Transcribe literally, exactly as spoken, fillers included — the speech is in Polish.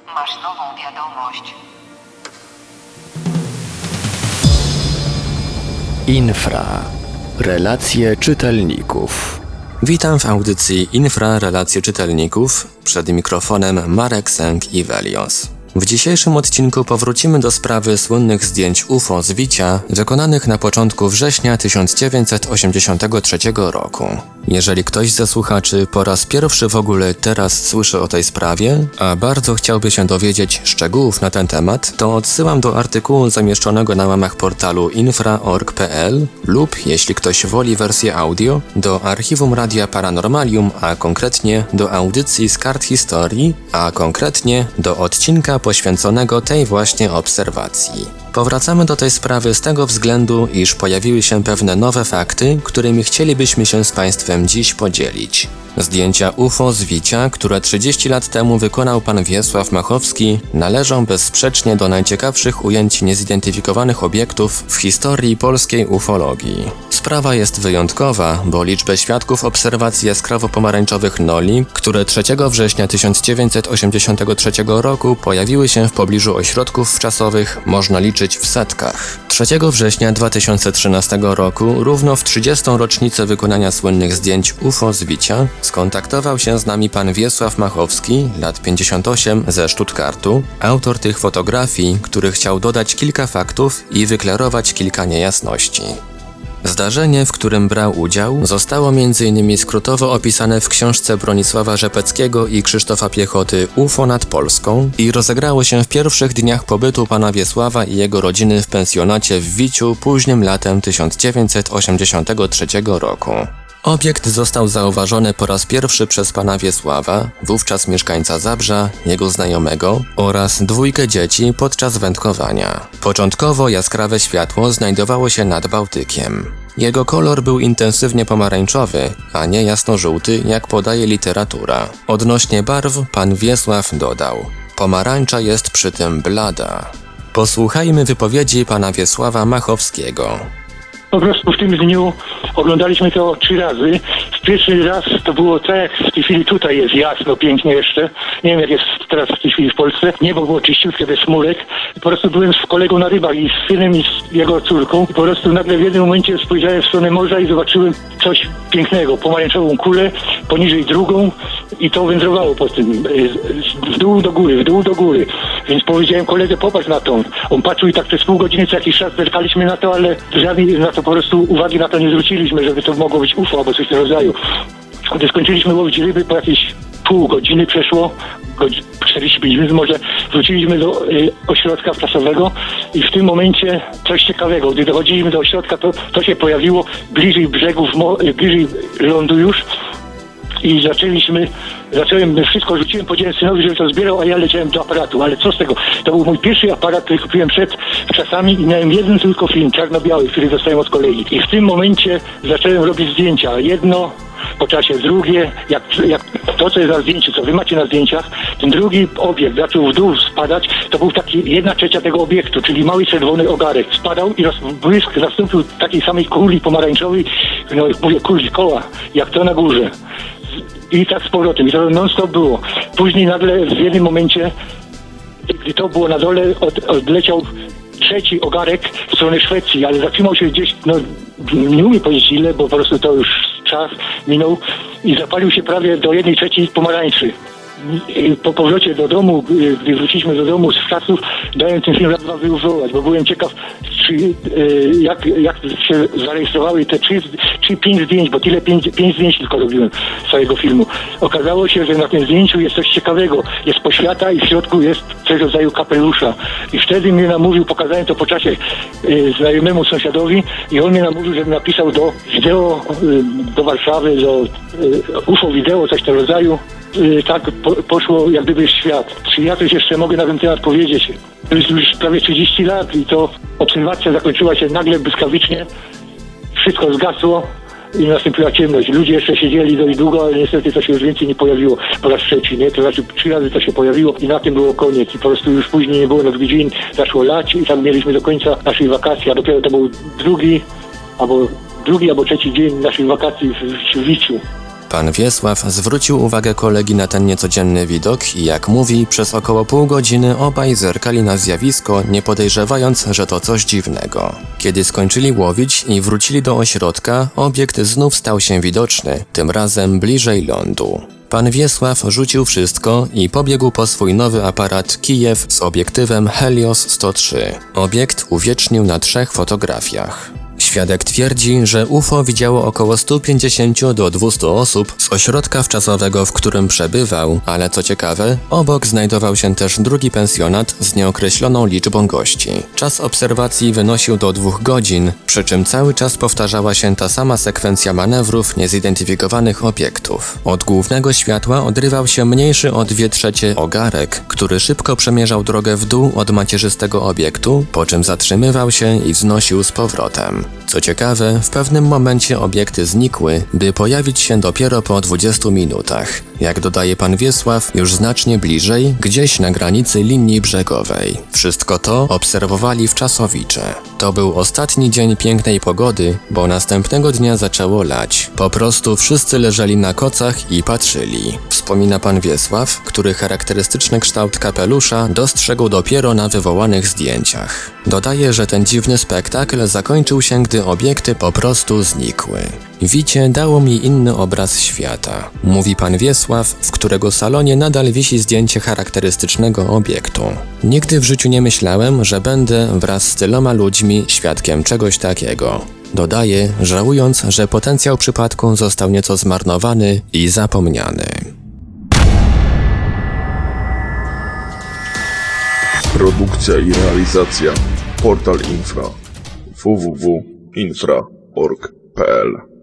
Masz nową wiadomość. Infra. Relacje czytelników. Witam w audycji Infra. Relacje czytelników. Przed mikrofonem Marek Sęk-Iwelios. W dzisiejszym odcinku powrócimy do sprawy słynnych zdjęć U F O z Wicia, wykonanych na początku września tysiąc dziewięćset osiemdziesiątego trzeciego roku. Jeżeli ktoś ze słuchaczy po raz pierwszy w ogóle teraz słyszy o tej sprawie, a bardzo chciałby się dowiedzieć szczegółów na ten temat, to odsyłam do artykułu zamieszczonego na łamach portalu infra kropka org kropka p l lub, jeśli ktoś woli wersję audio, do archiwum Radia Paranormalium, a konkretnie do audycji z kart historii, a konkretnie do odcinka poświęconego tej właśnie obserwacji. Powracamy do tej sprawy z tego względu, iż pojawiły się pewne nowe fakty, którymi chcielibyśmy się z Państwem dziś podzielić. Zdjęcia U F O z Wicia, które trzydzieści lat temu wykonał pan Wiesław Machowski, należą bezsprzecznie do najciekawszych ujęć niezidentyfikowanych obiektów w historii polskiej ufologii. Sprawa jest wyjątkowa, bo liczbę świadków obserwacji jaskrawo-pomarańczowych noli, które trzeciego września tysiąc dziewięćset osiemdziesiątego trzeciego roku pojawiły się w pobliżu ośrodków wczasowych, można liczyć w setkach. trzeciego września dwa tysiące trzynastego roku, równo w trzydziestą rocznicę wykonania słynnych zdjęć U F O z Wicia, skontaktował się z nami pan Wiesław Machowski, lat pięćdziesiąt osiem, ze Stuttgartu, autor tych fotografii, który chciał dodać kilka faktów i wyklarować kilka niejasności. Zdarzenie, w którym brał udział, zostało między innymi skrótowo opisane w książce Bronisława Rzepeckiego i Krzysztofa Piechoty U F O nad Polską i rozegrało się w pierwszych dniach pobytu pana Wiesława i jego rodziny w pensjonacie w Wiciu późnym latem tysiąc dziewięćset osiemdziesiątego trzeciego roku. Obiekt został zauważony po raz pierwszy przez pana Wiesława, wówczas mieszkańca Zabrza, jego znajomego oraz dwójkę dzieci podczas wędkowania. Początkowo jaskrawe światło znajdowało się nad Bałtykiem. Jego kolor był intensywnie pomarańczowy, a nie jasno-żółty, jak podaje literatura. Odnośnie barw pan Wiesław dodał: pomarańcza jest przy tym blada. Posłuchajmy wypowiedzi pana Wiesława Machowskiego. Po prostu w tym dniu oglądaliśmy to trzy razy. Pierwszy raz to było tak, jak w tej chwili tutaj jest jasno, pięknie jeszcze. Nie wiem, jak jest teraz w tej chwili w Polsce. Niebo było czyściutkie, bez chmurek. Po prostu byłem z kolegą na rybach i z synem i z jego córką. I po prostu nagle w jednym momencie spojrzałem w stronę morza i zobaczyłem coś pięknego. Pomarańczową kulę, poniżej drugą i to wędrowało po tym. W dół do góry, w dół do góry. Więc powiedziałem koledze, popatrz na to. On patrzył i tak przez pół godziny co jakiś czas zerkaliśmy na to, ale żadnej na to po prostu uwagi na to nie zwróciliśmy, żeby to mogło być U F O albo coś w tym rodzaju. Gdy skończyliśmy łowić ryby, po jakieś pół godziny przeszło, czterdzieści pięć minut może, wróciliśmy do y, ośrodka wczasowego i w tym momencie coś ciekawego. Gdy dochodziliśmy do ośrodka, to, to się pojawiło bliżej brzegów, mo- bliżej lądu już. I zaczęliśmy, zacząłem, wszystko rzuciłem, powiedziałem synowi, żeby to zbierał, a ja leciałem do aparatu. Ale co z tego? To był mój pierwszy aparat, który kupiłem przed czasami i miałem jeden tylko film, czarno-biały, który dostałem od kolegi. I w tym momencie zacząłem robić zdjęcia. Jedno, po czasie drugie, jak, jak to, co jest na zdjęciu, co wy macie na zdjęciach, ten drugi obiekt zaczął w dół spadać, to był taki jedna trzecia tego obiektu, czyli mały czerwony ogarek. Spadał i błysk zastąpił takiej samej kuli pomarańczowej, no mówię, kuli, koła, jak to na górze. I tak z powrotem. I to non-stop było. Później nagle w jednym momencie, gdy to było na dole, od, odleciał trzeci ogarek w stronę Szwecji, ale zatrzymał się gdzieś, no nie umiem powiedzieć ile, bo po prostu to już czas minął i zapalił się prawie do jednej trzeciej pomarańczy. I po powrocie do domu, gdy wróciliśmy do domu z czasów, dałem ten film raz dwa wyużować, bo byłem ciekaw, czy, jak, jak się zarejestrowały te trzy, trzy, pięć zdjęć, bo tyle pięć, pięć zdjęć tylko robiłem z całego filmu. Okazało się, że na tym zdjęciu jest coś ciekawego. Jest poświata i w środku jest coś w rodzaju kapelusza. I wtedy mnie namówił, pokazałem to po czasie y, znajomemu sąsiadowi i on mnie namówił, żebym napisał do wideo, y, do Warszawy, do y, U F O wideo, coś w tym rodzaju. Tak po, poszło jak gdyby świat. Czy ja coś jeszcze mogę na ten temat powiedzieć? To jest już prawie trzydzieści lat i to obserwacja zakończyła się nagle błyskawicznie. Wszystko zgasło i nastąpiła ciemność. Ludzie jeszcze siedzieli dość długo, ale niestety to się już więcej nie pojawiło po raz trzeci, nie? To znaczy trzy razy to się pojawiło i na tym było koniec. I po prostu już później nie było odwiedzin, zaczęło lać i tak mieliśmy do końca naszej wakacji, a dopiero to był drugi albo drugi albo trzeci dzień naszych wakacji w, w Wiciu. Pan Wiesław zwrócił uwagę kolegi na ten niecodzienny widok i jak mówi, przez około pół godziny obaj zerkali na zjawisko, nie podejrzewając, że to coś dziwnego. Kiedy skończyli łowić i wrócili do ośrodka, obiekt znów stał się widoczny, tym razem bliżej lądu. Pan Wiesław rzucił wszystko i pobiegł po swój nowy aparat Kijew z obiektywem Helios sto trzy. Obiekt uwiecznił na trzech fotografiach. Świadek twierdzi, że U F O widziało około sto pięćdziesiąt do dwustu osób z ośrodka wczasowego, w którym przebywał, ale co ciekawe, obok znajdował się też drugi pensjonat z nieokreśloną liczbą gości. Czas obserwacji wynosił do dwóch godzin, przy czym cały czas powtarzała się ta sama sekwencja manewrów niezidentyfikowanych obiektów. Od głównego światła odrywał się mniejszy o dwie trzecie ogarek, który szybko przemierzał drogę w dół od macierzystego obiektu, po czym zatrzymywał się i wznosił z powrotem. Co ciekawe, w pewnym momencie obiekty znikły, by pojawić się dopiero po dwudziestu minutach. Jak dodaje pan Wiesław, już znacznie bliżej, gdzieś na granicy linii brzegowej. Wszystko to obserwowali wczasowicze. To był ostatni dzień pięknej pogody, bo następnego dnia zaczęło lać. Po prostu wszyscy leżeli na kocach i patrzyli. Wspomina pan Wiesław, który charakterystyczny kształt kapelusza dostrzegł dopiero na wywołanych zdjęciach. Dodaje, że ten dziwny spektakl zakończył się, gdy obiekty po prostu znikły. Wicie dało mi inny obraz świata, mówi pan Wiesław, w którego salonie nadal wisi zdjęcie charakterystycznego obiektu. Nigdy w życiu nie myślałem, że będę wraz z tyloma ludźmi świadkiem czegoś takiego. Dodaje, żałując, że potencjał przypadku został nieco zmarnowany i zapomniany. Produkcja i realizacja Portal Infra w w w kropka infra kropka org kropka p l